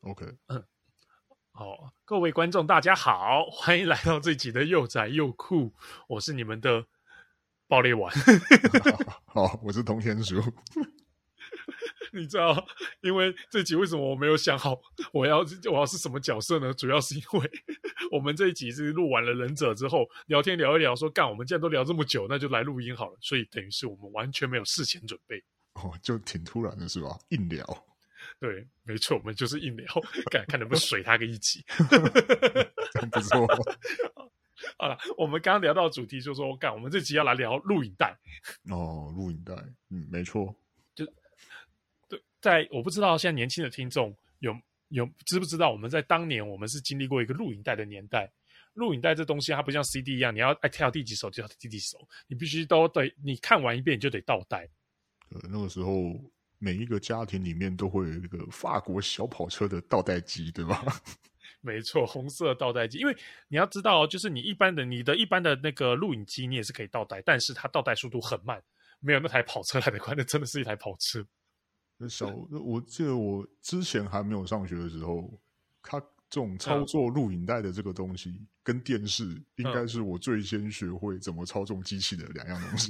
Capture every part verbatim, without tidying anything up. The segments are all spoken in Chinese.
OK， 嗯，好，各位观众大家好，欢迎来到这集的又宅又酷，我是你们的爆裂丸。 好，我是通天叔。 你知道，因为这集为什么我没有想好我要我要是什么角色呢？主要是因为我们这一集是录完了忍者之后，聊天聊一聊说，干，我们既然都聊这么久，那就来录音好了。所以等于是我们完全没有事前准备。 哦，就挺突然的是吧？硬聊。 对，没错，我们就是硬聊，看看能不能水他个一集。 这样不错。 好了，我们刚刚聊到的主题就是说，干，我们这集要来聊录影带。 哦，录影带，嗯，没错。 就对，在我不知道现在年轻的听众有有知不知道，我们在当年我们是经历过一个录影带的年代。录影带这东西它不像 C D 一样，你要爱跳第几首就跳第几首，你必须都得你看完一遍你就得倒带。 呃，那个时候每一个家庭里面都会有一个法国小跑车的倒带机，对吧？ 没错，红色倒带机，因为你要知道，就是你一般的你的一般的那个录影机，你也是可以倒带，但是它倒带速度很慢，没有那台跑车来得快，那真的是一台跑车。 那小，我记得我之前还没有上学的时候，它这种操作录影带的这个东西，嗯、跟电视应该是我最先学会怎么操纵机器的两样东西。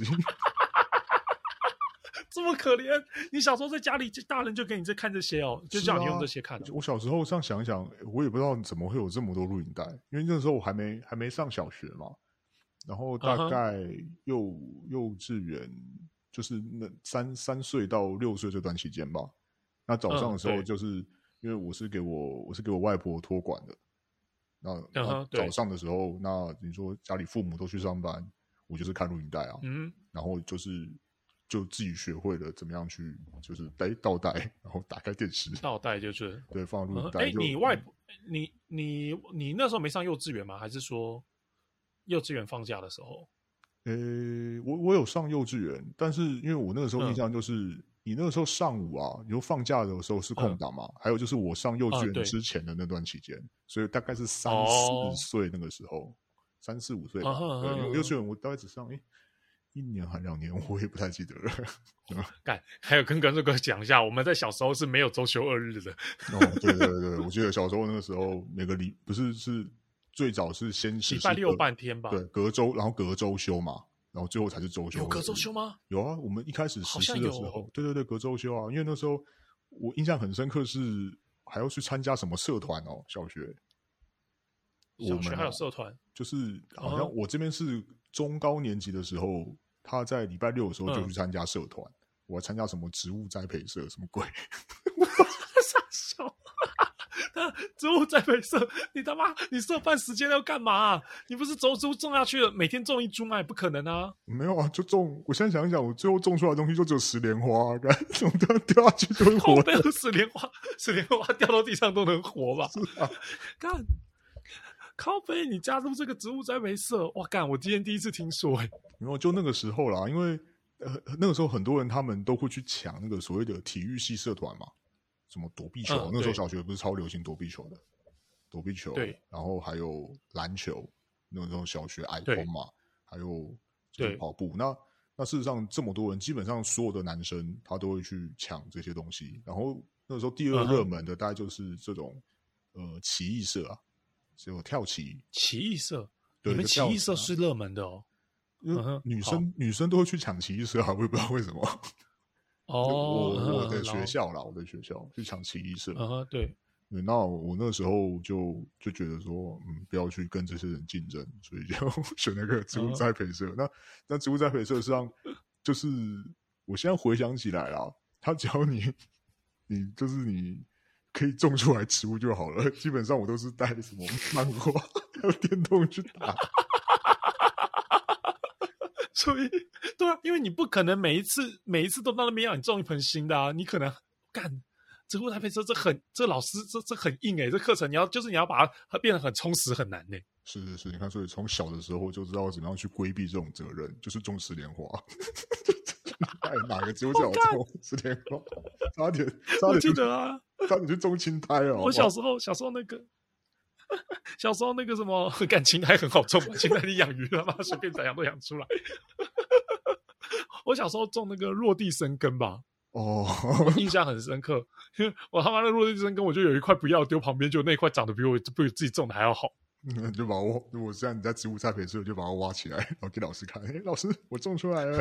这么可怜，你小时候在家里，大人就给你在看这些哦，就叫你用这些看、哦啊。我小时候这样想想，我也不知道怎么会有这么多录影带，因为那时候我还没还没上小学嘛，然后大概幼、uh-huh. 幼稚园就是那三三岁到六岁这段期间吧。那早上的时候，就是、uh, 因为我是给我我是给我外婆托管的，那、uh-huh, 那早上的时候，那你说家里父母都去上班，我就是看录影带啊，嗯，然后就是。就自己学会了怎么样去，就是带倒带，然后打开电视， 倒带就是对放录影带。 哎、嗯，你外你你你那时候没上幼稚园吗？还是说幼稚园放假的时候？ 呃，我我有上幼稚园，但是因为我那个时候印象就是，嗯、你那个时候上午啊，你说放假的时候是空档嘛、嗯，还有就是我上幼稚园之前的那段期间，嗯、所以大概是三四岁那个时候，三四五岁吧。 哦、 对，因为幼稚园我大概只上哎。一年还两年，我也不太记得了。 干，还有跟观众哥讲一下，我们在小时候是没有周休二日的。 哦，对对对，我记得小时候那个时候，每个礼不是是最早是先是礼拜六半天吧？ 对，隔周，然后隔周休嘛，然后最后才是周休。 有隔周休吗？ 有啊，我们一开始实施的时候，对对对，隔周休啊，因为那时候我印象很深刻，是还要去参加什么社团哦，小学。 小学还有社团， 就是好像我这边是中高年级的时候。他在礼拜六的时候就去参加社团、嗯，我还参加什么植物栽培社，什么鬼？ 傻笑，植物栽培社，你他妈，你社办时间要干嘛、啊？你不是种植物种下去了，每天种一株吗？不可能啊！ 没有啊，就种。我现在想一想，我最后种出来的东西就只有石莲花、啊，怎么掉掉下去都会活的。 石莲花，石莲花掉到地上都能活吧？ 是啊， 干。靠北，你加入这个植物栽培社，哇干！我今天第一次听说、欸，哎， 然后就那个时候啦，因为呃那个时候很多人他们都会去抢那个所谓的体育系社团嘛，什么躲避球，嗯、那时候小学不是超流行躲避球的，躲避球， 对， 然后还有篮球，那种小学矮风嘛，还有就是跑步。那那事实上这么多人，基本上所有的男生他都会去抢这些东西。然后那时候第二热门的大概就是这种、嗯、呃棋艺社啊。只有跳棋， 棋艺社，你们棋艺社是热门的哦。 嗯、女生女生都会去抢棋艺社啊，我也不知道为什么。 哦， 我我的学校啦，我的学校去抢棋艺社。 嗯，对。 对，那我那时候就就觉得说，嗯，不要去跟这些人竞争，所以就选那个植物栽培社。嗯、那那植物栽培社实际上就是，我现在回想起来啦，他只要你你就是你。可以种出来植物就好了，基本上我都是带什么漫画还有电动去打。 所以对啊，因为你不可能每一次每一次都到那边让你种一盆新的啊，你可能干植物栽培社这很这老师这这很硬哎、欸，这课程你要就是你要把它变得很充实很难哎、欸。 是是是，你看，所以从小的时候就知道怎么样去规避这种责任，就是种石莲花。哎，哪个植物最好种石莲花？差点，差点我记得啊， 差点去种青苔哦。 我小时候，小时候那个，小时候那个什么，感青苔很好种嘛。现在你养鱼了嘛，随便怎样都养出来。我小时候种那个落地生根吧。 哦， 我印象很深刻，因为我他妈的落地生根，我就有一块不要丢旁边，就那块长得比我比我自己种的还要好。 嗯，就把我，如果这样你在植物栽培室，我就把它挖起来，然后给老师看。哎、欸，老师，我种出来了。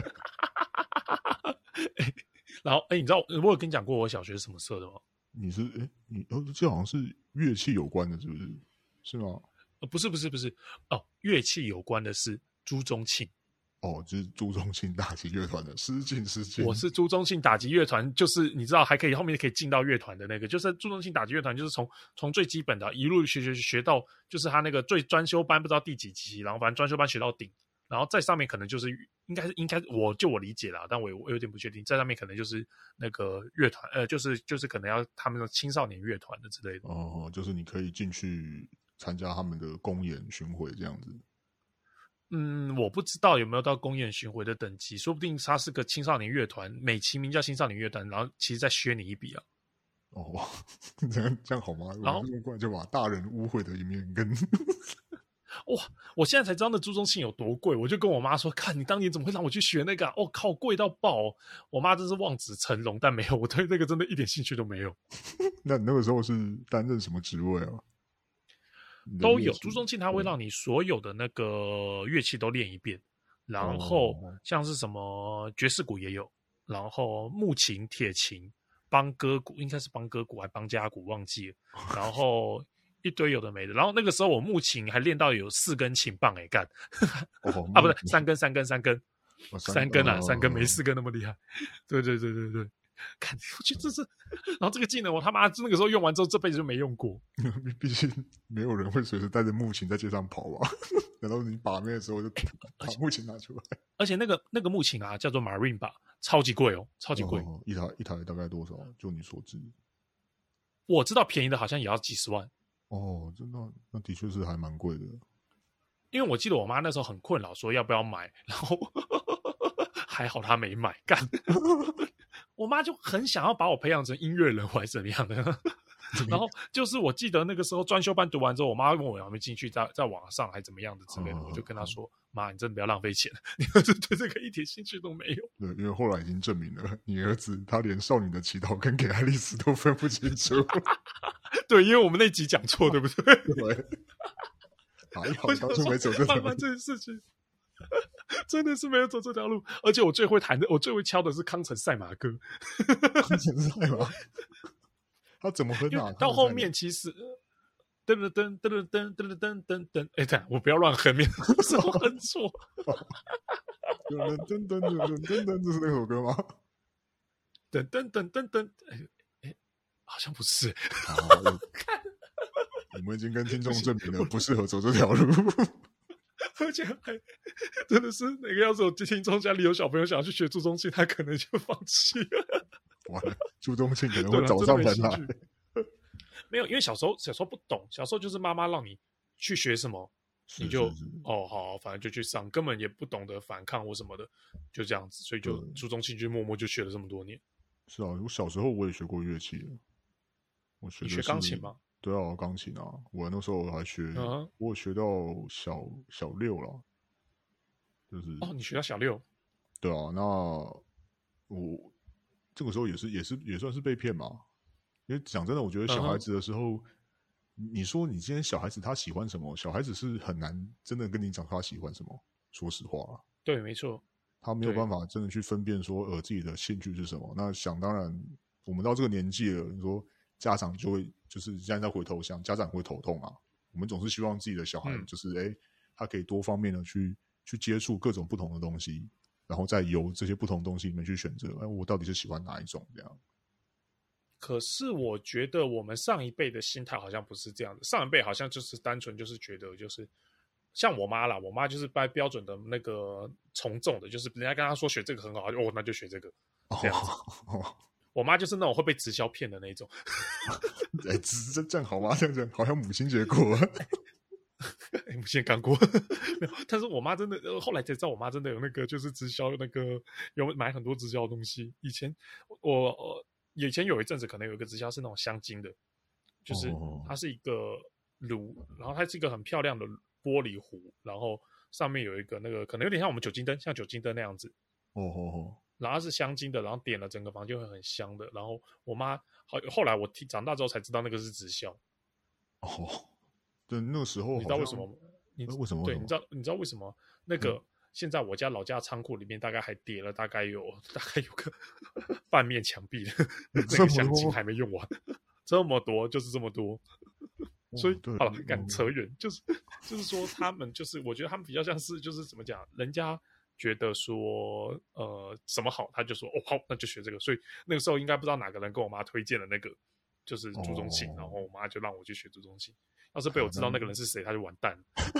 欸、然后，哎、欸，你知道我有跟你讲过我小学是什么社的吗？ 你是哎、欸，你哦，这好像是乐器有关的，是不是？是吗？ 呃，不是，不是，不是。哦，乐器有关的是朱宗庆。 哦，就是朱宗庆打击乐团的失敬失敬。 我是朱宗庆打击乐团，就是你知道还可以后面可以进到乐团的那个，就是朱宗庆打击乐团，就是从从最基本的一路学学学到，就是他那个最专修班不知道第几级，然后反正专修班学到顶，然后在上面可能就是应该是应该我就我理解啦，但我我有点不确定，在上面可能就是那个乐团，呃，就是就是可能要他们的青少年乐团的之类的。 哦，就是你可以进去参加他们的公演巡回这样子。 嗯，我不知道有没有到公演巡回的等级，说不定他是个青少年乐团，美其名叫青少年乐团，然后其实在削你一笔啊。 哦，这样这样好吗？ 然后我过来就把大人污秽的一面跟哇，我现在才知道那朱宗庆有多贵，我就跟我妈说，看你当年怎么会让我去学那个啊？哦靠，贵到爆、哦！我妈真是望子成龙，但没有，我对那个真的一点兴趣都没有。 那你那个时候是担任什么职位啊？ 都有，朱宗庆他会让你所有的那个乐器都练一遍，然后像是什么爵士鼓也有，然后木琴、铁琴、邦歌鼓，应该是邦歌鼓还邦加鼓忘记了，然后一堆有的没的。然后那个时候我木琴还练到有四根琴棒哎干，哦、啊不是三根三根三根、哦、三根啊、哦、三根没四根那么厉害。对对对对对。看，我觉得这是，然后这个技能我他妈那个时候用完之后，这辈子就没用过。 毕竟没有人会随时带着木琴在街上跑吧？然后你把妹的时候就把木琴拿出来。 而且那个那个木琴啊，叫做 Marine 吧，超级贵哦，超级贵、 哦。一台一台大概多少？就你所知？ 我知道便宜的好像也要几十万。 哦，真的，那的确是还蛮贵的。 因为我记得我妈那时候很困扰，说要不要买，然后还好她没买，干。我妈就很想要把我培养成音乐人，还是怎么样的。然后就是我记得那个时候专修班读完之后，我妈问我有没有进去在在网上还怎么样的之类的，我就跟她说：“妈，你真的不要浪费钱，你儿子对这个一点兴趣都没有。” 对，因为后来已经证明了，你儿子他连少女的祈祷跟给爱丽丝都分不清楚。 对，因为我们那集讲错，对不对？ 对。还好当初没走这条路。 这件事情。真的是没有走这条路，而且我最会弹的，我最会敲的是康城赛马歌。 康城赛马，他怎么哼啊？ 到后面其实噔噔噔噔噔噔噔噔噔，哎，等我不要乱哼，面是我哼错。 噔噔噔噔噔噔，这是那首歌吗？ 噔噔噔噔噔，哎哎，好像不是。 我们已经跟听众证明了不适合走这条路。 而且还真的是哪个要是有听众家里有小朋友想要去学朱宗庆，他可能就放弃了。 完了，朱宗庆可能会找上门来。 没有，因为小时候小时候不懂，小时候就是妈妈让你去学什么，你就哦好，反正就去上，根本也不懂得反抗或什么的，就这样子，所以就朱宗庆就默默就学了这么多年。 是啊，我小时候我也学过乐器了，我学的是你学钢琴吗？ 对啊，钢琴啊，我那时候还学，uh-huh. 我有学到小小六了，就是哦，你学到小六， 对啊，那我这个时候也是也是也算是被骗嘛，因为讲真的，我觉得小孩子的时候， uh-huh. 你说你今天小孩子他喜欢什么，小孩子是很难真的跟你讲他喜欢什么，说实话啦， 对，没错， 他没有办法真的去分辨说呃自己的兴趣是什么。那想当然，我们到这个年纪了，你说。家长就会就是现在在回头想，家长会头痛啊。我们总是希望自己的小孩就是哎、嗯欸，他可以多方面的去去接触各种不同的东西，然后再由这些不同的东西里面去选择，哎，我到底是喜欢哪一种这样。 可是我觉得我们上一辈的心态好像不是这样的，上一辈好像就是单纯就是觉得就是像我妈啦，我妈就是掰标准的那个从众的，就是人家跟她说学这个很好，哦，那就学这个这样子。 哦我妈就是那种会被直销骗的那种。 哎、欸，这这样好吗？这样讲好像母亲节过了。 欸、母亲节刚过。没有，但是我妈真的，后来才知道我妈真的有那个就是直销，那个有买很多直销的东西。以前我、呃、以前有一阵子可能有一个直销是那种香精的，就是它是一个炉，然后它是一个很漂亮的玻璃壶，然后上面有一个那个可能有点像我们酒精灯，像酒精灯那样子。 哦哦哦。 然后是香精的，然后点了整个房间会很香的。然后我妈好后来我长大之后才知道那个是直销。 哦，对，那个时候你知道为什么吗？你为什么？ 对，你知道你知道为什么那个、嗯、现在我家老家仓库里面大概还叠了大概有大概有个半面墙壁的那个香精还没用完，这么多就是这么多。所以好了，敢扯远，就是就是说他们就是我觉得他们比较像是就是怎么讲，人家觉得说呃什么好，他就说哦好，那就学这个。所以那个时候应该不知道哪个人跟我妈推荐了那个就是朱宗庆，哦、然后我妈就让我去学朱宗庆。要是被我知道那个人是谁，他就完蛋了。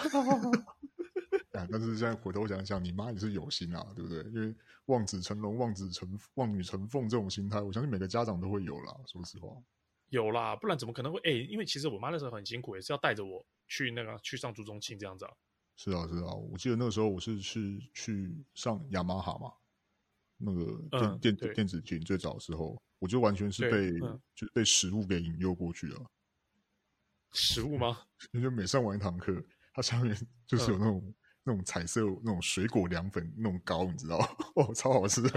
啊，但是现在回头想想，你妈也是有心啊，对不对？因为望子成龙、望子成望女成凤这种心态，我相信每个家长都会有啦。说实话。 有啦，不然怎么可能会？哎、欸，因为其实我妈那时候很辛苦，也是要带着我去那个去上朱宗庆这样子啊。 是啊，是啊，我记得那个时候我是是去上雅马哈嘛，那个电、嗯、电电子琴最早的时候，我就完全是被、嗯、就被食物给引诱过去了。 食物吗？ 就每上完一堂课，它下面就是有那种、嗯、那种彩色那种水果凉粉那种糕，你知道吗？哦，超好吃的。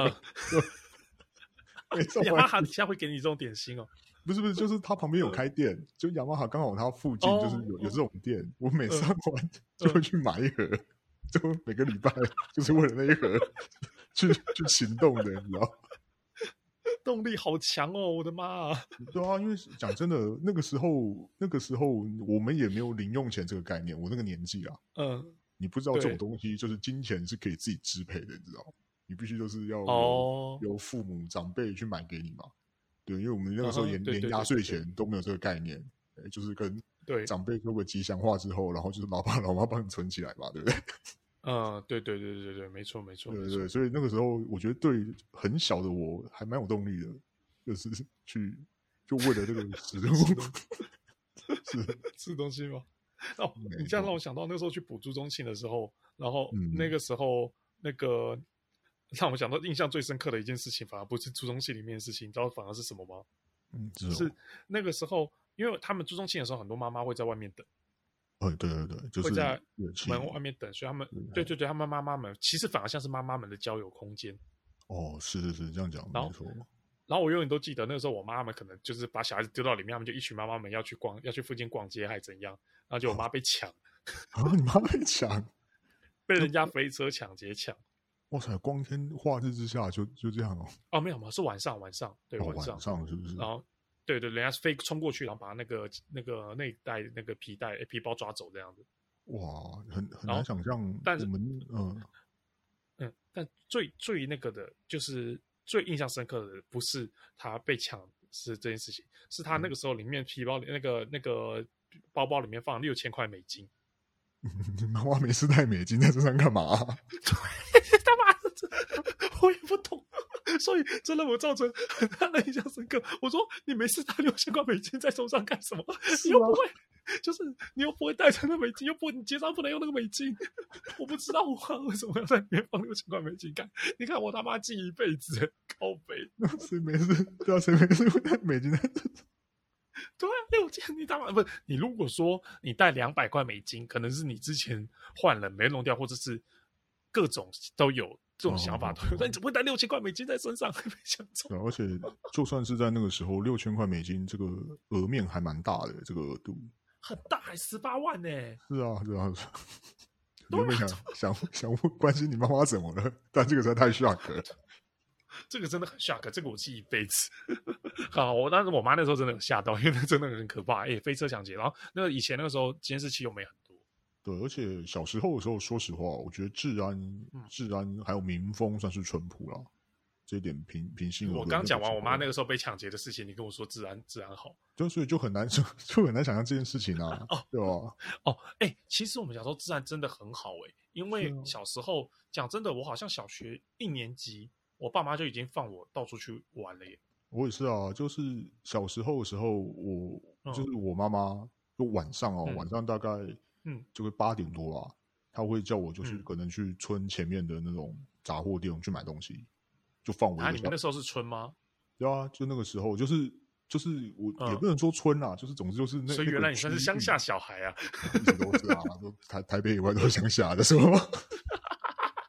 雅马哈底下会给你这种点心哦。 不是不是，就是他旁边有开店，嗯、就雅马哈刚好他附近就是有、哦、有这种店，我每上完就会去买一盒，嗯、就每个礼拜就是为了那一盒去去行动的，你知道？ 动力好强哦，我的妈、啊！ 对啊，因为讲真的，那个时候那个时候我们也没有零用钱这个概念，我那个年纪啊， 嗯， 你不知道这种东西就是金钱是可以自己支配的，你知道？你必须就是要由、 哦、 由父母长辈去买给你嘛。对，因为我们那个时候连、uh-huh, 连压岁钱都没有这个概念，就是跟长辈说个吉祥话之后，然后就是老爸老妈帮你存起来嘛，对不对？ 嗯，对对对对对，没错没错， 对对对，所以那个时候我觉得对很小的我还蛮有动力的，就是去就为了这个食物是吃东西吗？哦，你这样让我想到那个时候去补朱宗庆的时候，然后那个时候、嗯、那个。让我想到印象最深刻的一件事情，反而不是朱宗庆里面的事情，你知道反而是什么吗？ 嗯， 是那个时候，因为他们朱宗庆的时候，很多妈妈会在外面等。 哦，对对对，就是会在门外面等，所以他们对对对，他们妈妈们其实反而像是妈妈们的交友空间。 哦，是是是，这样讲没错。 然后我永远都记得那个时候，我妈们可能就是把小孩子丢到里面，他们就一群妈妈们要去逛，要去附近逛街，还怎样？然后就我妈被抢， 啊，你妈被抢， 被人家飞车抢劫抢。 哇塞！光天化日之下就就这样哦。 哦，没有嘛，是晚上，晚上对、哦，晚上， 晚上是不是？ 然后，对对，人家飞冲过去，然后把那个那个那一袋那个皮带皮包抓走这样子。 哇，很很难想象。 但是， 我们嗯嗯，但最最那个的，就是最印象深刻的，不是他被抢是这件事情，是他那个时候里面皮包里那个那个包包里面放六千块美金。 你妈妈没事带美金在身上干嘛、啊？ 对，他妈的，我也不懂，所以这让我造成很大的印象深刻。我说你没事带六千块美金在手上干什么？你又不会，就是你又不会带着那美金，又不你结账不能用那个美金。我不知道我为什么要在里面放六千块美金干？你看我他妈记一辈子，靠北。 谁没事？对啊，谁没事会带美金在身上？ 对啊，六千你当然不是你。如果说你带两百块美金，可能是你之前换了没弄掉，或者是各种都有这种想法都有。但、哦、你怎么会带六千块美金在身上？没想中。 而且就算是在那个时候，六千块美金这个额面还蛮大的，这个额度很大，还十八万呢、欸。 是啊，是啊。原本想想想关心你妈妈怎么了，但这个实在太 shock 了。 这个真的很 shock， 这个我记一辈子。好，我但是我妈那时候真的有吓到，因为那真的很可怕。哎、欸，飞车抢劫，然后那个以前那个时候监视器又没很多。 对，而且小时候的时候，说实话，我觉得治安、嗯、治安还有民风算是淳朴啦。这一点平平心而论。 我刚讲完我妈那个时候被抢劫的事情，你跟我说治安治安好， 就所以就很难就很难想象这件事情啊， 哦、 对吧？ 哦，哎、欸，其实我们小时候治安真的很好哎、欸，因为小时候讲、啊、真的，我好像小学一年级。我爸妈就已经放我到处去玩了耶。 我也是啊，就是小时候的时候，我、嗯、就是我妈妈就晚上哦、嗯，晚上大概嗯就会八点多啊，她会叫我就是可能去村前面的那种杂货店去买东西，就放我一个。 啊，你们那时候是村吗？ 对啊，就那个时候，就是就是我、嗯、也不能说村啊，就是总之就是那。 所以原来你算是乡下小孩啊？ 一直都是啊，都台台北以外都是乡下的，是吗？ 好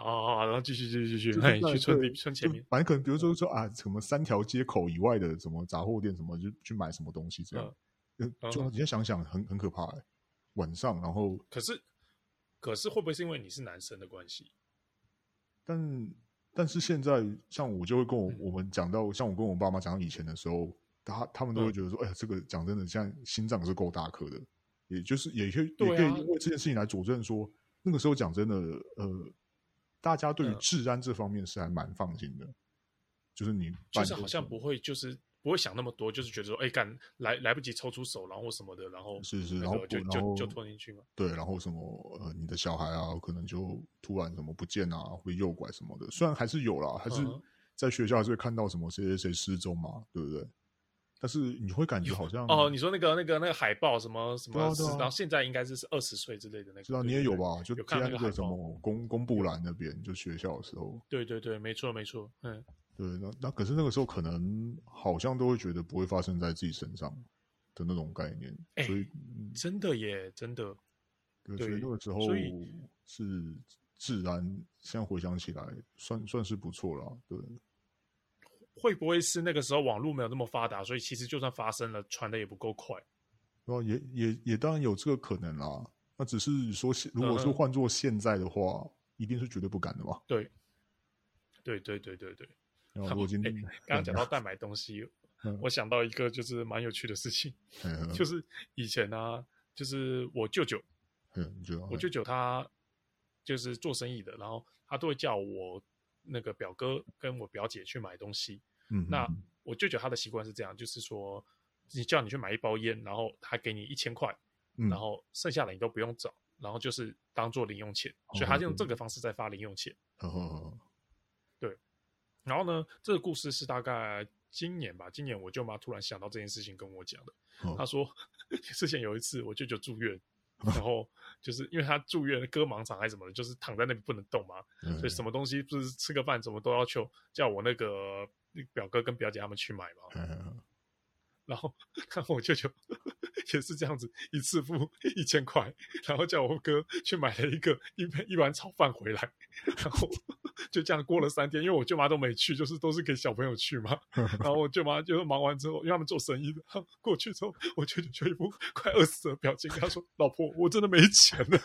好好，然后继续继续继续， 就是去村里村前面， 反正可能比如说说啊，什么三条街口以外的什么杂货店什么，就去买什么东西这样，嗯、就你先想想很很可怕哎、欸，晚上然后可是可是会不会是因为你是男生的关系？ 但但是现在像我就会跟我、嗯、我们讲到，像我跟我爸妈讲到以前的时候，他他们都会觉得说，嗯、哎呀，这个讲真的，现在心脏是够大颗的，也就是也可以、啊、也可以因为这件事情来佐证说，那个时候讲真的，呃，大家对于治安这方面是还蛮放心的，嗯、就是你就是好像不会就是不会想那么多，就是觉得说，哎，干来来不及抽出手，然后什么的，然后是是，然后就然后就就拖进去嘛。 对，然后什么呃，你的小孩啊，可能就突然什么不见啊，会诱拐什么的。虽然还是有啦，还是在学校还是会看到什么谁谁谁失踪嘛，对不对？但是你会感觉好像哦，你说那个那个那个海报什么什么， 对啊对啊、 然后现在应该是二十岁之类的那个， 知道你也有吧？就有看那个什么公公布栏那边，就学校的时候， 对对对，没错没错，嗯。 对，那那可是那个时候可能好像都会觉得不会发生在自己身上的那种概念，欸、所以、 嗯、真的耶，真的。 对，所以那个时候是治安，现在回想起来算算是不错啦。对， 会不会是那个时候网络没有那么发达，所以其实就算发生了，传的也不够快？ 哦，也也也当然有这个可能啦。那只是说，如果是换做现在的话，嗯、一定是绝对不敢的嘛。 对，对对对对对。 我今天刚刚讲到代买东西，嗯、我想到一个就是蛮有趣的事情，嗯、就是以前啊，就是我舅舅， 嗯、 我舅舅他就是做生意的，然后他都会叫我那个表哥跟我表姐去买东西。 嗯， 那我舅舅他的习惯是这样，就是说你叫你去买一包烟，然后他给你一千块， 嗯、 然后剩下的你都不用找，然后就是当做零用钱，哦、所以他用这个方式在发零用钱。 哦， 对。然后呢，这个故事是大概今年吧，今年我舅妈突然想到这件事情跟我讲的。 哦、 她说，之前有一次我舅舅住院，然后就是因为他住院割盲肠还是什么的，就是躺在那边不能动嘛， 嗯、 所以什么东西不是吃个饭什么都要求叫我那个表哥跟表姐他们去买嘛。 嗯、 然后看我舅舅也是这样子，一次付一千块，然后叫我哥去买了一个一一碗炒饭回来，然后就这样过了三天，因为我舅妈都没去，就是都是给小朋友去嘛。然后我舅妈就忙完之后，因为他们做生意的，过去之后，我舅舅就一副快饿死的表情，跟他说：“老婆，我真的没钱了。”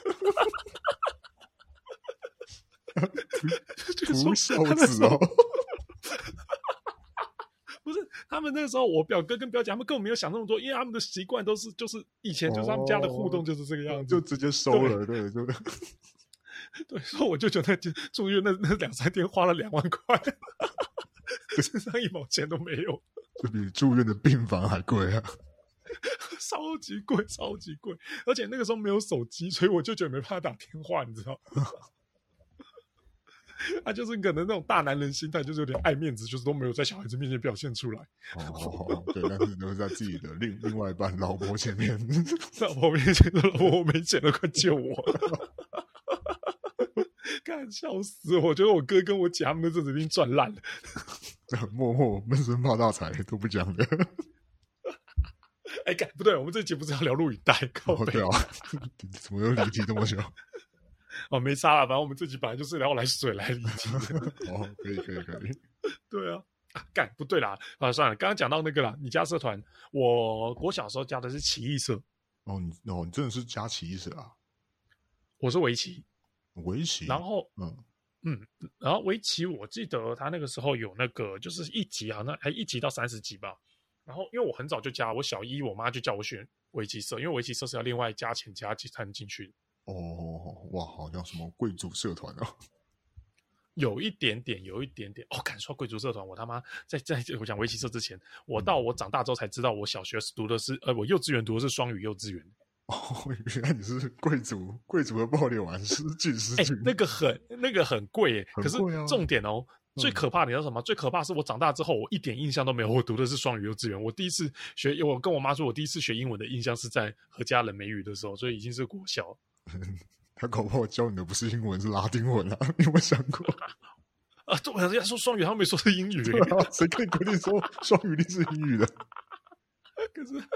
土小子哦。 不是，他们那个时候，我表哥跟表姐他们根本没有想那么多，因为他们的习惯都是就是以前就是他们家的互动就是这个样子， 哦、就直接收了，对对对。 对，所以我就觉得住院那那两三天花了两万块，身上一毛钱都没有， 就比住院的病房还贵啊， 超级贵，超级贵，而且那个时候没有手机，所以我就觉得没办法打电话，你知道吗？他就是可能那种大男人心态，就是有点爱面子，就是都没有在小孩子面前表现出来。 哦，对，但是都是在自己的另另外一半老婆前面， 老婆面前说：“老婆，我没钱了，快救我！”干，笑死我！我觉得我哥跟我姐他们那阵子已经赚烂了， 默默闷声发大财都不讲的。 哎，干不对，我们这集不是要聊录影带？靠北、 哦、对啊，怎么又离题这么久？ 哦，没差了，反正我们这集本来就是聊来水来离题的。 哦，可以可以可以。 对啊，啊干不对啦，啊算了，刚刚讲到那个啦，你加社团，我我小时候加的是奇异社。 哦，你哦，你真的是加奇异社啊？ 我是围棋。 围棋， 然后嗯嗯，然后围棋我记得他那个时候有那个就是一级好像还一级到三十级吧。然后因为我很早就加，我小一我妈就叫我选围棋社，因为围棋社是要另外加钱加才能进去的。 哦，哇，好像什么贵族社团啊， 有一点点，有一点点。哦，敢说贵族社团，我他妈在在我讲围棋社之前，我到我长大之后才知道，我小学读的是呃，我幼稚园读的是双语幼稚园。 哦，原来你是贵族，贵族的爆裂丸失敬失敬、 欸。那个很那个很贵耶， 很贵啊、 可是重点哦， 嗯、 最可怕你知道什么？最可怕是我长大之后，我一点印象都没有。我读的是双语幼稚园，我第一次学，我跟我妈说，我第一次学英文的印象是在和家人美语的时候，所以已经是国小。 他搞不好教你的不是英文，是拉丁文啊！你有没有想过？ 啊，对，人家说双语，他们没说是英语， 啊、谁可以规定说双语一定是英语的？ 可是，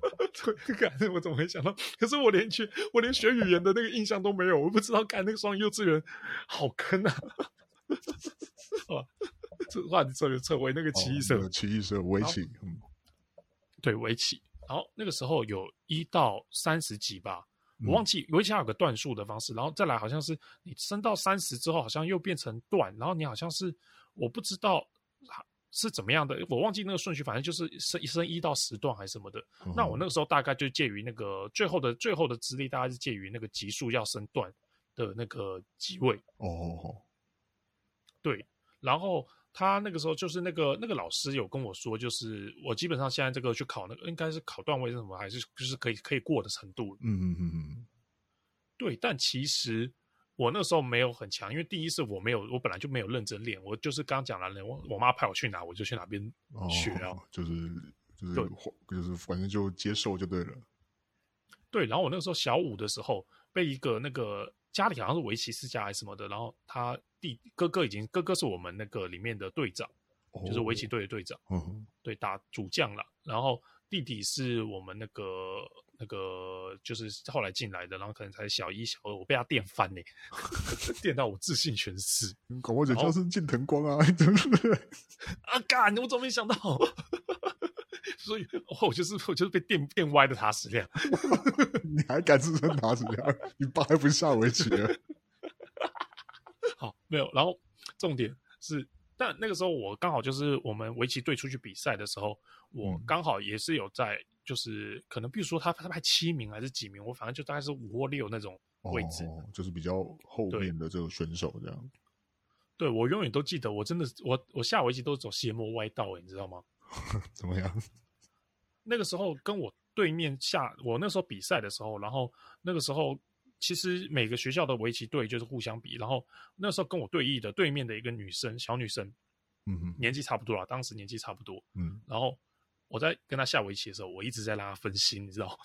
干我怎么会想到？可是我连去我连学语言的那个印象都没有，我不知道干那个双语幼稚园好坑啊！哇，这话题扯就扯回那个奇异社， 哦、奇异社围棋，嗯， 对围棋。然后那个时候有一到三十级吧，我忘记围棋有个段数的方式，然后再来好像是你升到三十之后，好像又变成段，然后你好像是我不知道是怎么样的，我忘记那个顺序，反正就是升升一到十段还是什么的。嗯、那我那个时候大概就介于那个最后的最后的资历，大概是介于那个级数要升段的那个级位。 哦， 对，然后。他那个时候就是那个那个老师有跟我说，就是我基本上现在这个去考那个应该是考段位是什么，还是就是可以可以过的程度。 嗯嗯嗯嗯， 对，但其实我那时候没有很强，因为第一是我没有，我本来就没有认真练，我就是刚刚讲了，我我妈派我去哪，我就去哪边学啊， 哦、就是就是就是反正就接受就对了。 对，然后我那个时候小五的时候被一个那个家里好像是围棋世家还是什么的，然后他弟哥哥已经哥哥是我们那个里面的队长，哦、就是围棋队的队长， 嗯， 对，打主将了。然后弟弟是我们那个那个就是后来进来的，然后可能才小一小二，我被他电翻呢，电到我自信全失。 搞我姐叫是近藤光啊，对不对？ 啊干！我怎么没想到？所以，哦、我就是我就是被电电歪的塔矢亮。 你还敢自称塔矢亮？你爸还不下围棋了？ 好，没有。然后重点是，但那个时候我刚好就是我们围棋队出去比赛的时候，我刚好也是有在，就是可能比如说他他排七名还是几名，我反正就大概是五或六那种位置， 哦、就是比较后面的这个选手这样。 对，我永远都记得，我真的我我下围棋都是走邪魔歪道，你知道吗？ 怎么样？ 那个时候跟我对面下，我那时候比赛的时候，然后那个时候其实每个学校的围棋队就是互相比，然后那时候跟我对弈的对面的一个女生，小女生， 嗯， 年纪差不多啦，当时年纪差不多， 嗯， 然后我在跟她下围棋的时候，我一直在让她分心，你知道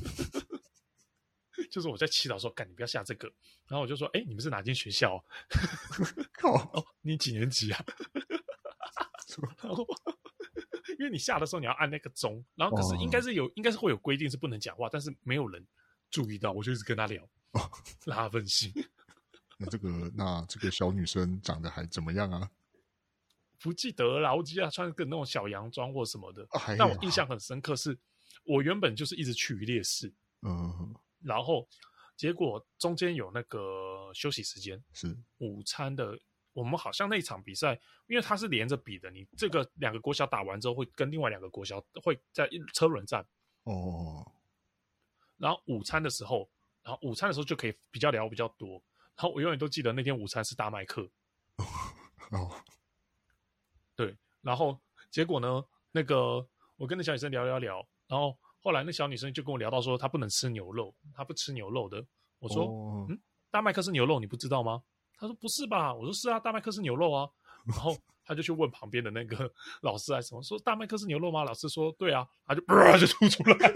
就是我在祈祷说，干你不要下这个，然后我就说，哎，你们是哪间学校、啊？ 靠， 哦，你几年级啊？然后。因为你下的时候你要按那个钟，然后可是应该是有，哦、应该是会有规定是不能讲话，但是没有人注意到，我就一直跟他聊，哦、让他分心。 那这个那这个小女生长得还怎么样啊？ 不记得了，我记得她穿个那种小洋装或什么的。 哎、 但我印象很深刻是，我原本就是一直趋于劣势， 嗯， 然后结果中间有那个休息时间， 是午餐的。我们好像那一场比赛，因为它是连着比的，你这个两个国小打完之后，会跟另外两个国小会在车轮战。 哦。 然后午餐的时候，然后午餐的时候就可以比较聊比较多。然后我永远都记得那天午餐是大麦克。 哦。 对，然后结果呢，那个我跟那小女生聊聊聊，然后后来那小女生就跟我聊到说，她不能吃牛肉，她不吃牛肉的。我说，哦、嗯，大麦克是牛肉，你不知道吗？他说不是吧？我说是啊，大麦克是牛肉啊。然后他就去问旁边的那个老师还是什么，说大麦克是牛肉吗？老师说对啊，他就、呃、就吐出来。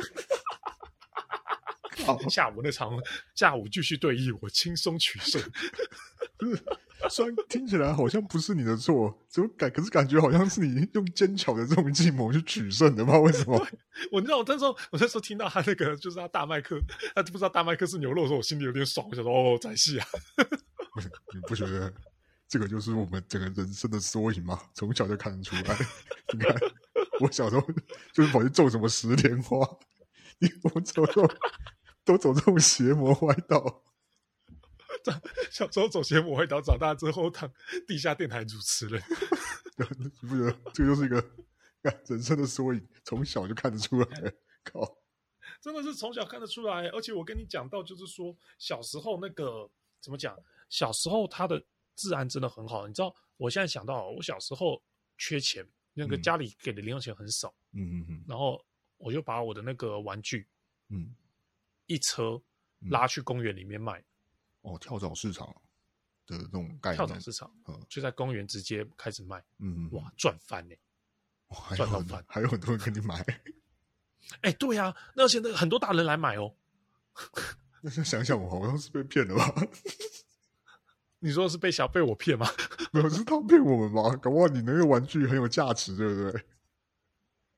下午那场下午继续对弈，我轻松取胜。 虽然听起来好像不是你的错，怎么感可是感觉好像是你用奸巧的这种计谋去取胜的，不知道为什么。 我知道我那时候我那时候听到他那个就是他大麦克，他不知道大麦克是牛肉的时候，我心里有点爽，我想说哦，在戏啊。 你不觉得这个就是我们整个人生的缩影吗？从小就看得出来。你看我小时候就是跑去种什么石莲花，我们小时候都走这种邪魔歪道。 小时候走邪魔歪道，长大之后当地下电台主持人。 你不觉得这个就是一个人生的缩影？从小就看得出来。靠， 真的是从小看得出来。而且我跟你讲到，就是说小时候那个怎么讲？小时候他的治安真的很好。你知道，我现在想到，我小时候缺钱，那个家里给的零用钱很少， 嗯嗯嗯， 然后我就把我的那个玩具， 嗯， 一车拉去公园里面卖。 哦，跳蚤市场的这种概念， 跳蚤市场，嗯，就在公园直接开始卖， 嗯， 哇，赚翻呢，赚到翻， 还有很多人跟你买。 哎、欸，对啊，那而且那很多大人来买哦。 那想想，我好像是被骗了吧？ 你说是被小被我骗吗？ 没有，是他骗我们吧？搞不好你那个玩具很有价值，对不对？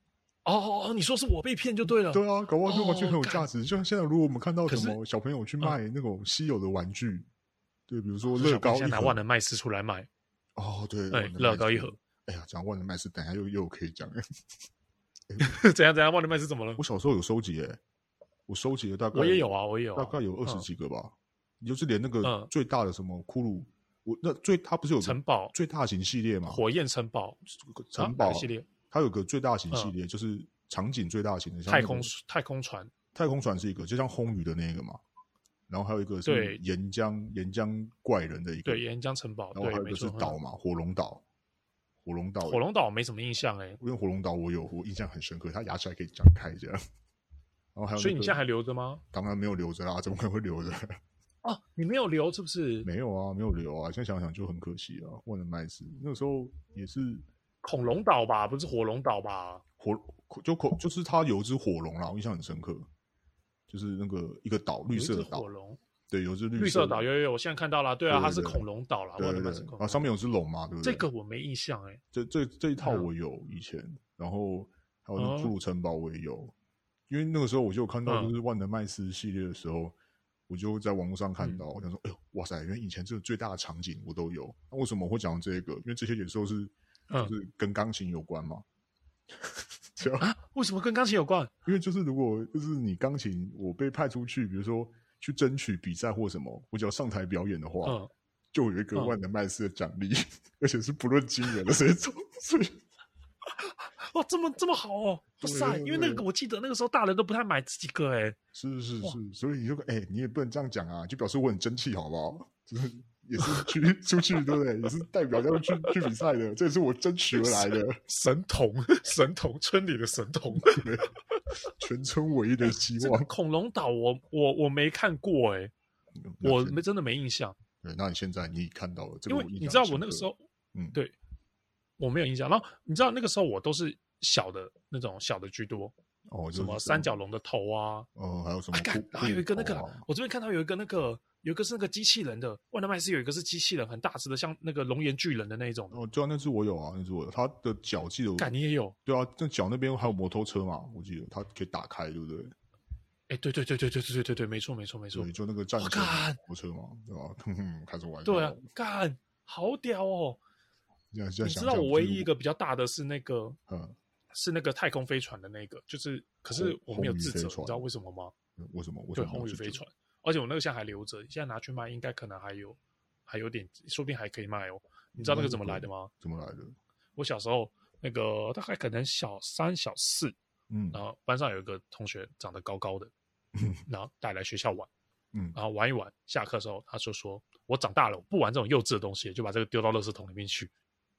哦哦哦，你说是我被骗就对了。 对啊，搞不好这个玩具很有哦价值。就像现在，如果我们看到什可么小朋友去卖那种稀有的玩具，对，比如说哦乐高一盒， 现在拿万能麦斯出来卖。 哦，对， 哎，乐高一盒。 哎呀，讲万能麦斯，等一下又又可以讲。 怎样怎样？万能麦斯怎么了？ 我小时候有收集诶，我收集了大概我也有啊，我也有、啊， 大概有二十几个吧。 嗯、 就是连那个最大的什么骷髅，我那最它不是有城堡最大型系列吗？ 火焰城堡， 城堡、 啊、系列， 它有个最大型系列，嗯、就是场景最大型的，像、那個、 太空太空船， 太空船是一个，就像轰宇的那个嘛。然后还有一个是岩浆岩浆怪人的一个， 对岩浆城堡， 然后还有一个是岛嘛，火龙岛。火龙岛， 火龙岛没什么印象哎、欸， 因为火龙岛我有，我印象很深刻，它牙齿还可以张开这样。然后还有、那個， 所以你现在还留着吗？ 当然没有留着啦，怎么可能会留着？ 哦，你没有留是不是？ 没有啊，没有留啊。现在想想就很可惜啊。万能麦斯那个时候也是恐龙岛吧，不是火龙岛吧？ 火就口就是它有一只火龙啦，我印象很深刻，就是那个一个岛，绿色的岛， 火龙。 对，有只绿绿色岛，有有有，我现在看到了，对啊，对对对，它是恐龙岛啦， 对对对，然后上面有只龙嘛，对不对？ 这个我没印象哎、欸， 这这这一套我有以前，嗯、然后还有那骷髅城堡我也有，嗯、因为那个时候我就有看到就是万能麦斯系列的时候，嗯、我就在网络上看到，嗯、我想说，哎呦，哇塞，原来以前这个最大的场景我都有，那为什么我会讲这个？因为这些有时候是就是跟钢琴有关嘛。 嗯、啊？为什么跟钢琴有关？ 因为就是如果就是你钢琴我被派出去，比如说。去争取比赛或什么，我只要上台表演的话，嗯、就有一个万能麦斯的奖励，嗯、而且是不论金额的这种。所以， 哇，这么这么好哦！哇塞，因为那个我记得那个时候大人都不太买这几个哎、欸。 是是是，所以你就哎、欸，你也不能这样讲啊，就表示我很争气，好不好？就是也是去出去，对不对？也是代表要去去比赛的，这也是我争取而来的。 神童，神童，村里的神童。 全村唯一的希望。 恐龙岛我我我没看过哎、欸，我没真的没印象。 对，那你现在你看到了，这个因为你知道我那个时候，嗯，对，我没有印象。然后你知道那个时候我都是小的那种小的居多， 哦， 什么三角龙的头啊， 哦，还有什么？ 然后有一个那个，我这边看到有一个那个。有一个是那个机器人的，万能麦斯有一个是机器人，很大只的，像那个龙岩巨人的那一种。 哦，对啊，那只我有啊，那只我有。它的脚记得， 干你也有？ 对啊，那脚那边还有摩托车嘛，我记得它可以打开，对不对？ 哎，对对对对对对对对对，没错没错没错。 对，就那个战车摩托车嘛，对吧？哼哼，开始玩。 对啊，干，好屌哦！你知道我唯一一个比较大的是那个，嗯，是那个太空飞船的那个，就是可是我没有自责，你知道为什么吗？ 为什么？ 对，红宇飞船。而且我那个现在还留着，现在拿去卖，应该可能还有，还有点，说不定还可以卖哦。你知道那个怎么来的吗？ 怎么来的？ 我小时候那个大概可能小三、小四，嗯，然后班上有一个同学长得高高的，嗯，然后带来学校玩，嗯，然后玩一玩，下课的时候他就说：“我长大了，我不玩这种幼稚的东西，就把这个丢到垃圾桶里面去。”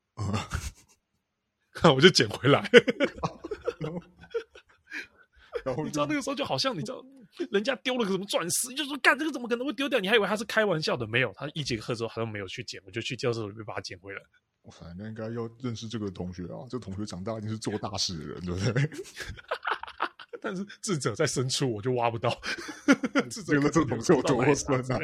我就捡回来。然后你知道那个时候就好像你知道。人家丢了个什么钻石，你就说干这个怎么可能会丢掉？你还以为他是开玩笑的？没有，他一节课之后他都没有去捡，我就去教室里面把它捡回来。 哇塞，那应该要认识这个同学啊！这个同学长大一定是做大事的人，对不对？ 但是智者在深处，我就挖不到。 智者这个同学有多深啊？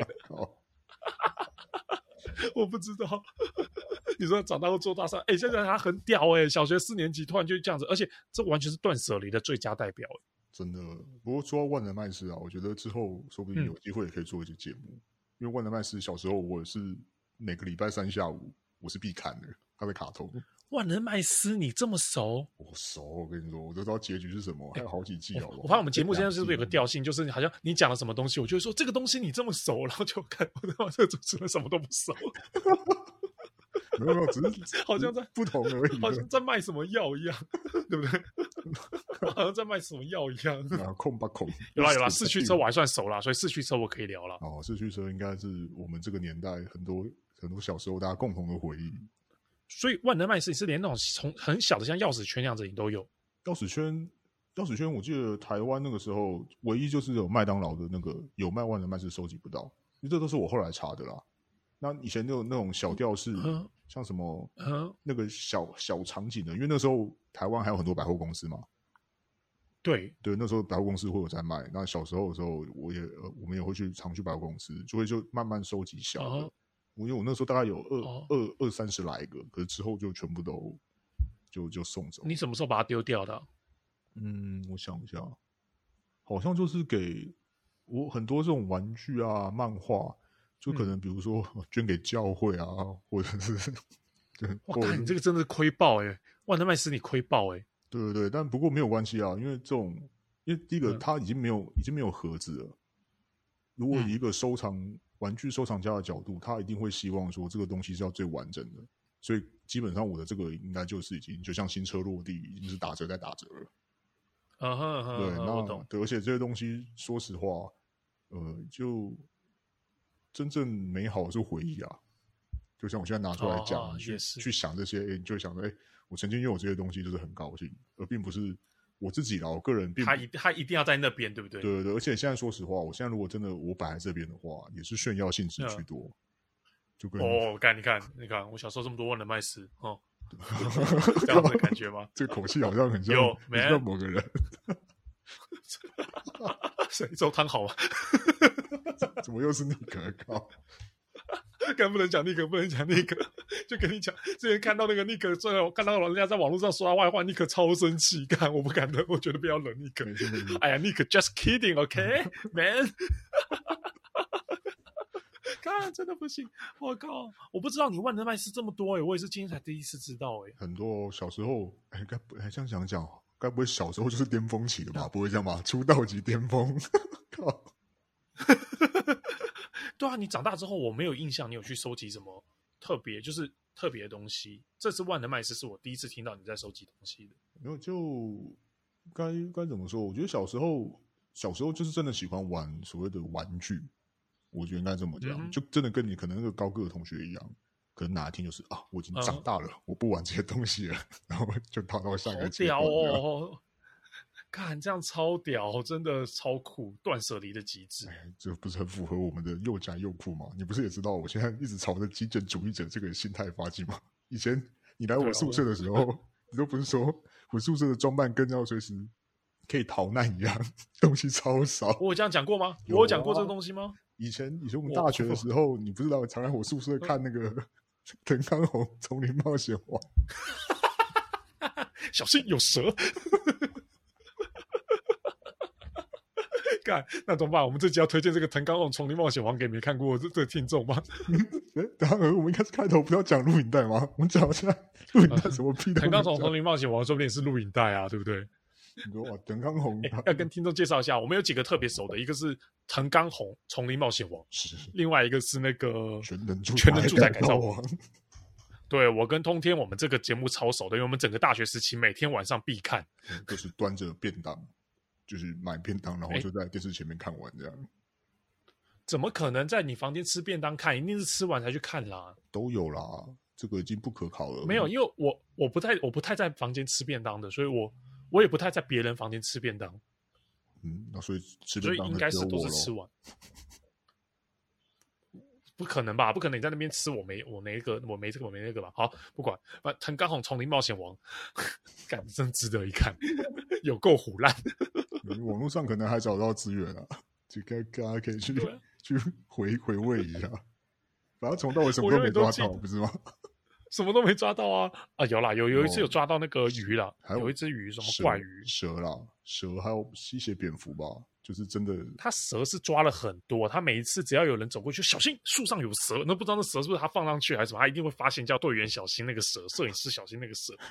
我不知道。你说长大后做大事，哎、欸，现在他很屌哎、欸，小学四年级突然就这样子，而且这完全是断舍离的最佳代表、欸。 真的，不过说到万能麦斯啊，我觉得之后说不定有机会也可以做一些节目，嗯、因为万能麦斯小时候我是每个礼拜三下午我是必看的，他的卡通。 万能麦斯你这么熟？ 我熟，我跟你说，我都知道结局是什么，还有好几季好不好？ 我发现我们节目现在是不是有个调性，就是好像你讲了什么东西，我就会说这个东西你这么熟，然后就看我他妈这个主持人什么都不熟。 没有没有，只是好像在不同而已， 好像在卖什么药一样，对不对？好像在卖什么药一样。 啊，控吧控。 有啦有啦，四驱车我还算熟啦，所以四驱车我可以聊了。 哦，四驱车应该是我们这个年代很多很多小时候大家共同的回忆。 所以万能麦斯你是连那种从很小的像钥匙圈那样子你都有？ 钥匙圈，钥匙圈，我记得台湾那个时候唯一就是有麦当劳的那个有卖万能麦斯收集不到，因为这都是我后来查的啦。那以前那种那种小吊饰，嗯、像什么、嗯、那个小小场景的，因为那时候台湾还有很多百货公司嘛。 对对，那时候百货公司会有在卖。那小时候的时候，我也、呃、我们也会去常去百货公司，就会就慢慢收集小的。哦、因为我那时候大概有二、哦、二二三十来个，可是之后就全部都就就送走。 你什么时候把它丢掉的？ 嗯，我想一下，好像就是给我很多这种玩具啊、漫画，就可能比如说捐给教会啊，或者是对， 哇，看你这个真的是亏爆哎、欸！万德麦斯你亏爆哎、欸！ 对对对，但不过没有关系啊，因为这种，因为第一个嗯它已经没有已经没有盒子了。如果以一个收藏、嗯、玩具收藏家的角度，他一定会希望说这个东西是要最完整的，所以基本上我的这个应该就是已经就像新车落地，已经是打折再打折了。 啊哈哈， 对，那我懂。 对，而且这些东西，说实话，呃，就真正美好的是回忆啊。就像我现在拿出来讲， 哦、 去去想这些，欸、你就想说，哎、欸，我曾经拥有这些东西，就是很高兴，而并不是我自己啦。我个人并他一他一定要在那边，对不对？ 对对对，而且现在说实话，我现在如果真的我摆在这边的话，也是炫耀性质居多。嗯、就跟哦，看你看你看，我小时候这么多万能麦斯哦，这样子的感觉吗？ 这口气好像很像， 有很像某个人。 谁周汤好吗？ 怎么又是尼克靠？ 更不能讲尼克，不能讲尼克，就跟你讲，之前看到那个尼克，最后看到人家在网络上说坏话，尼克超生气，干我不敢惹，我觉得不要惹尼克。哎呀，尼克 just kidding，OK， man 。看，真的不行！我靠，我不知道你万能麦斯这么多哎、欸，我也是今天才第一次知道哎、欸。 很多小时候，哎，该哎这样讲讲，该不会小时候就是巅峰期的吧？不会这样吧？出道即巅峰，靠！ 对啊，你长大之后我没有印象，你有去收集什么特别就是特别的东西？这次万能麦斯是我第一次听到你在收集东西的。 没有，就该该怎么说？我觉得小时候小时候就是真的喜欢玩所谓的玩具。我觉得应该这么讲、嗯，就真的跟你可能那个高个的同学一样，可能哪一天就是啊，我已经长大了，嗯、我不玩这些东西了，然后就踏到下一个阶段。 好屌哦！看这样超屌，真的超酷，断舍离的极致。 哎，这不是很符合我们的又宅又酷吗？你不是也知道我现在一直朝着极简主义者这个心态发迹吗？以前你来我宿舍的时候，哦、你都不是说我宿舍的装扮跟要随时可以逃难一样，东西超少。 我有这样讲过吗？ 有啊、 我有讲过这个东西吗？ 以前以前我们大学的时候，你不知道常来我宿舍看那个《藤冈弘丛林冒险王》， 小心有蛇！干，那怎么办？我们这集要推荐这个《藤冈弘丛林冒险王》给没看过这这听众吗？ 哎，当然，我们一开始开头不要讲录影带吗？我们讲现在录影带什么屁？ 藤冈弘丛林冒险王说不定是录影带啊，对不对？ 你说哇，藤冈弘、 欸、要跟听众介绍一下，我们有几个特别熟的，一个是藤冈弘丛林冒险王， 是另外一个是那个全能住全能住宅改造王。对，我跟通天我们这个节目超熟的，因为我们整个大学时期每天晚上必看， 嗯、就是端着便当，就是买便当，然后就在电视前面看完这样。欸、 怎么可能在你房间吃便当看？一定是吃完才去看啦。 都有啦，这个已经不可考了。 没有，因为我我不太我不太在房间吃便当的，所以我。我也不太在别人房间吃便当， 嗯，那所以吃便当所以应该是都是吃完，不可能吧？不可能你在那边吃，我没我没个我没这个我没那个吧？好，不管，藤冈弘丛林冒险王，感真值得一看，有够唬烂。 网络上可能还找到资源啊，就该大家可以去、啊、去回回味一下。反正从到尾什么都没抓到，不是吗？ 什么都没抓到啊！啊，有啦，有有一次有抓到那个鱼啦， 还有有一只鱼，什么怪鱼、 蛇啦，蛇还有吸血蝙蝠吧，就是真的。 他蛇是抓了很多，他每一次只要有人走过去，小心树上有蛇，那不知道那蛇是不是他放上去还是什么，他一定会发现叫队员小心那个蛇，摄影师小心那个蛇。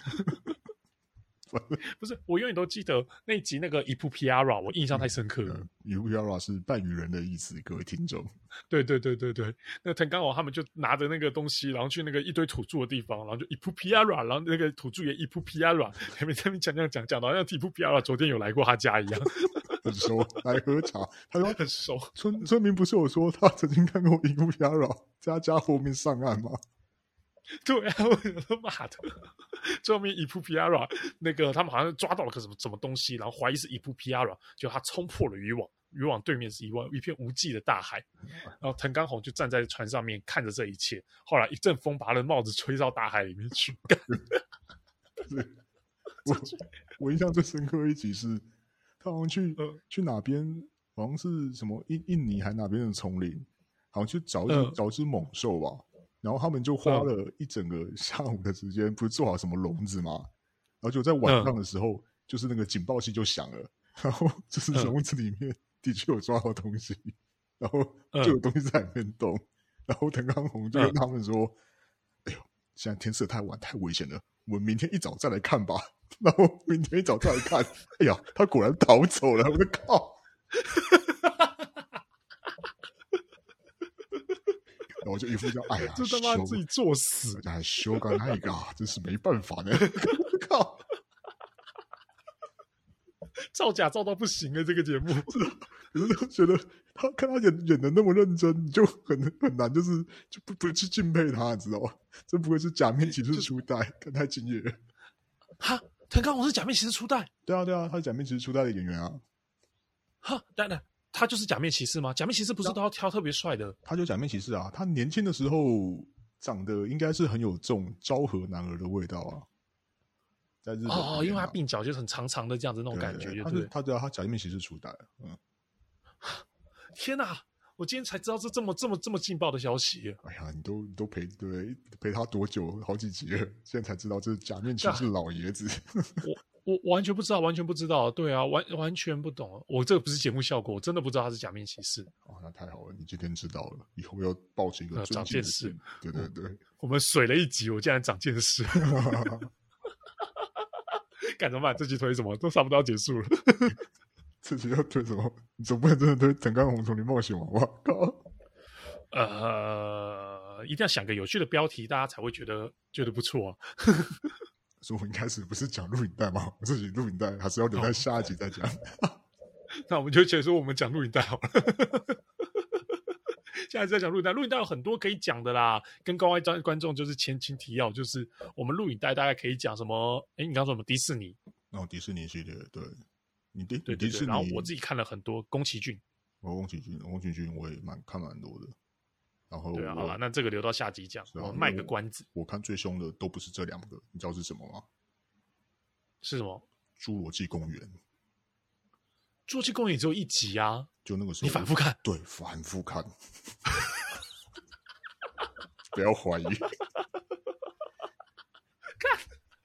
不是，我永远都记得那一集那个伊布皮亚拉，我印象太深刻了。 伊布皮亚拉是半鱼人的意思，各位听众。 对对对对对，那藤冈弘他们就拿着那个东西，然后去那个一堆土著的地方，然后就伊布皮亚拉，然后那个土著也伊布皮亚拉，他们在那边讲讲讲讲，好像伊布皮亚拉昨天有来过他家一样， 很熟，来喝茶。他说很熟。 村村民不是有说他曾经看过伊布皮亚拉在他家后面上岸吗？ 对啊，我他妈的，最后面伊布皮亚拉那个他们好像抓到了个什么什么东西，然后怀疑是伊布皮亚拉，就他冲破了渔网，渔网对面是一望一片无际的大海，然后藤冈弘就站在船上面看着这一切，后来一阵风把他的帽子吹到大海里面去。 我我印象最深刻一集是，他好像去、呃、去哪边，好像是什么印印尼还哪边的丛林，好像去找一只、呃、找一只猛兽吧。然后他们就花了一整个下午的时间，不是做好什么笼子嘛？然后就在晚上的时候，嗯、 就是那个警报器就响了，然后就是笼子里面的确有抓到东西，嗯、然后就有东西在里面动，嗯、然后滕康宏就跟他们说：“嗯、哎呦，现在天色太晚，太危险了，我们明天一早再来看吧。”然后明天一早再来看，哎呀，他果然逃走了！我的靠！然后我就一副叫哎呀， 这他妈自己作死， 哎，修干那个啊，真是没办法呢！靠， 造假造到不行了，这个节目， 可是觉得他看他演演的那么认真，你就很很难，就是就不不去敬佩他，你知道吗？这不会是假面骑士初代，看太敬业了。 哈，滕康宏是假面骑士初代？ 对啊，对啊，他是假面骑士初代的演员啊。 哈，等等。他就是假面骑士吗？假面骑士不是都要挑特别帅的？ 他就假面骑士啊，他年轻的时候长得应该是很有这种昭和男儿的味道啊。在日本哦，因为他鬓角就是很长长的这样子那种感觉，对对对，他对啊，他假面骑士初代，嗯。 天哪！我今天才知道这这么这么这么劲爆的消息。 哎呀，你都你都陪对陪他多久？好几集了，现在才知道这是假面骑士老爷子。 我。我完全不知道，完全不知道，对啊，完完全不懂。我这个不是节目效果，我真的不知道他是假面骑士。 哦，那太好了，你今天知道了，以后要抱持一个长见识。 对对对， 我们水了一集，我竟然长见识。干怎么办？这集推什么？都差不多要结束了。 这集要推什么？你总不能真的推《滕康宏丛林冒险王》吧？靠！ 呃，一定要想个有趣的标题，大家才会觉得觉得不错啊。 所以我一开始不是讲录影带吗？我自己录影带还是要留在下一集再讲。 那我们就觉得说我们讲录影带好了。现在在讲录影带，录影带有很多可以讲的啦。跟各位观众就是前情提要，就是我们录影带大概可以讲什么？哎，你刚说什么迪士尼？ 哦，迪士尼系列，对，你迪对对对。然后我自己看了很多宫崎骏， 哦，宫崎骏，宫崎骏我也蛮看蛮多的。然后对啊，好了，那这个留到下集讲，我卖个关子。 我看最凶的都不是这两个，你知道是什么吗？ 是什么？ 侏罗纪公园。 侏罗纪公园只有一集啊， 就那个时候你反复看， 对，反复看，不要怀疑。 看，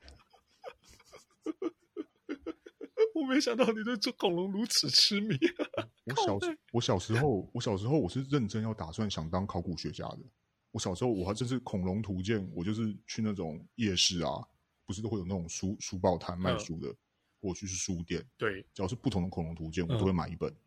我没想到你对这恐龙如此痴迷。 我小我小时候，我小时候我是认真要打算想当考古学家的。我小时候我还真是恐龙图鉴，我就是去那种夜市啊，不是都会有那种书书报摊卖书的，或者去书店， 对， 只要是不同的恐龙图鉴，我都会买一本。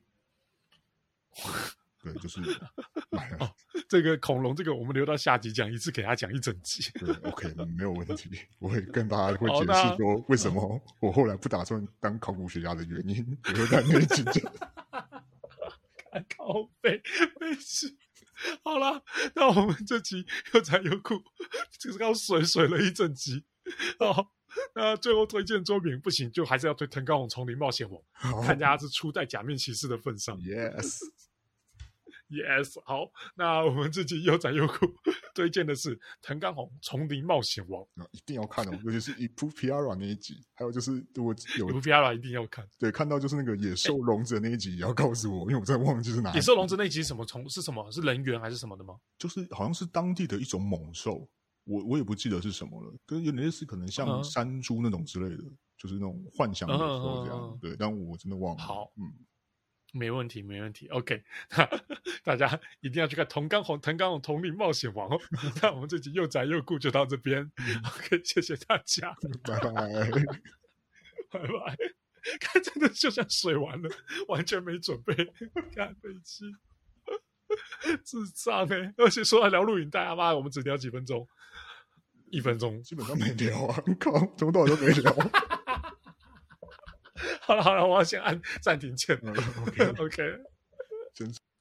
对，就是买了。 哦，这个恐龙，这个我们留到下集讲，一次给他讲一整集。 对 ，OK， 没有问题。我会跟大家会解释说为什么我后来不打算当考古学家的原因，我会在那一集讲。 看靠背，没事。好啦，那我们这集又才又酷，就是刚水水了一整集。好，那最后推荐作品不行，就还是要推《滕康宏丛林冒险王》，看大家是初代假面骑士的份上。 Yes。 Yes， 好，那我们这集又展又酷推荐的是《滕康宏丛林冒险王》， 一定要看哦，尤其是伊普皮亚拉那一集，还有就是如果有伊普皮亚拉一定要看， 对，看到就是那个野兽笼子的那一集也要告诉我，因为我真的忘记是哪一集。 野兽笼子那一集是什么虫？是什么？是人猿还是什么的吗？ 就是好像是当地的一种猛兽，我我也不记得是什么了，跟有点类似，可能像山猪那种之类的，嗯、就是那种幻想野兽这样。嗯、对，但我真的忘了。 好， 嗯。 没问题，没问题。OK， 大家一定要去看《滕康宏》《滕康宏丛林冒险王》哦。那我们这集又宅又酷就到这边。OK， 谢谢大家， 拜拜， 拜拜。看，真的就像水完了，完全没准备。看飞机，智障哎、欸！而且说要聊录影带，他妈我们只聊几分钟，一分钟基本上没聊啊！靠，从头到尾都没聊。 好了好了，我要先按暂停键。 OK OK， 先。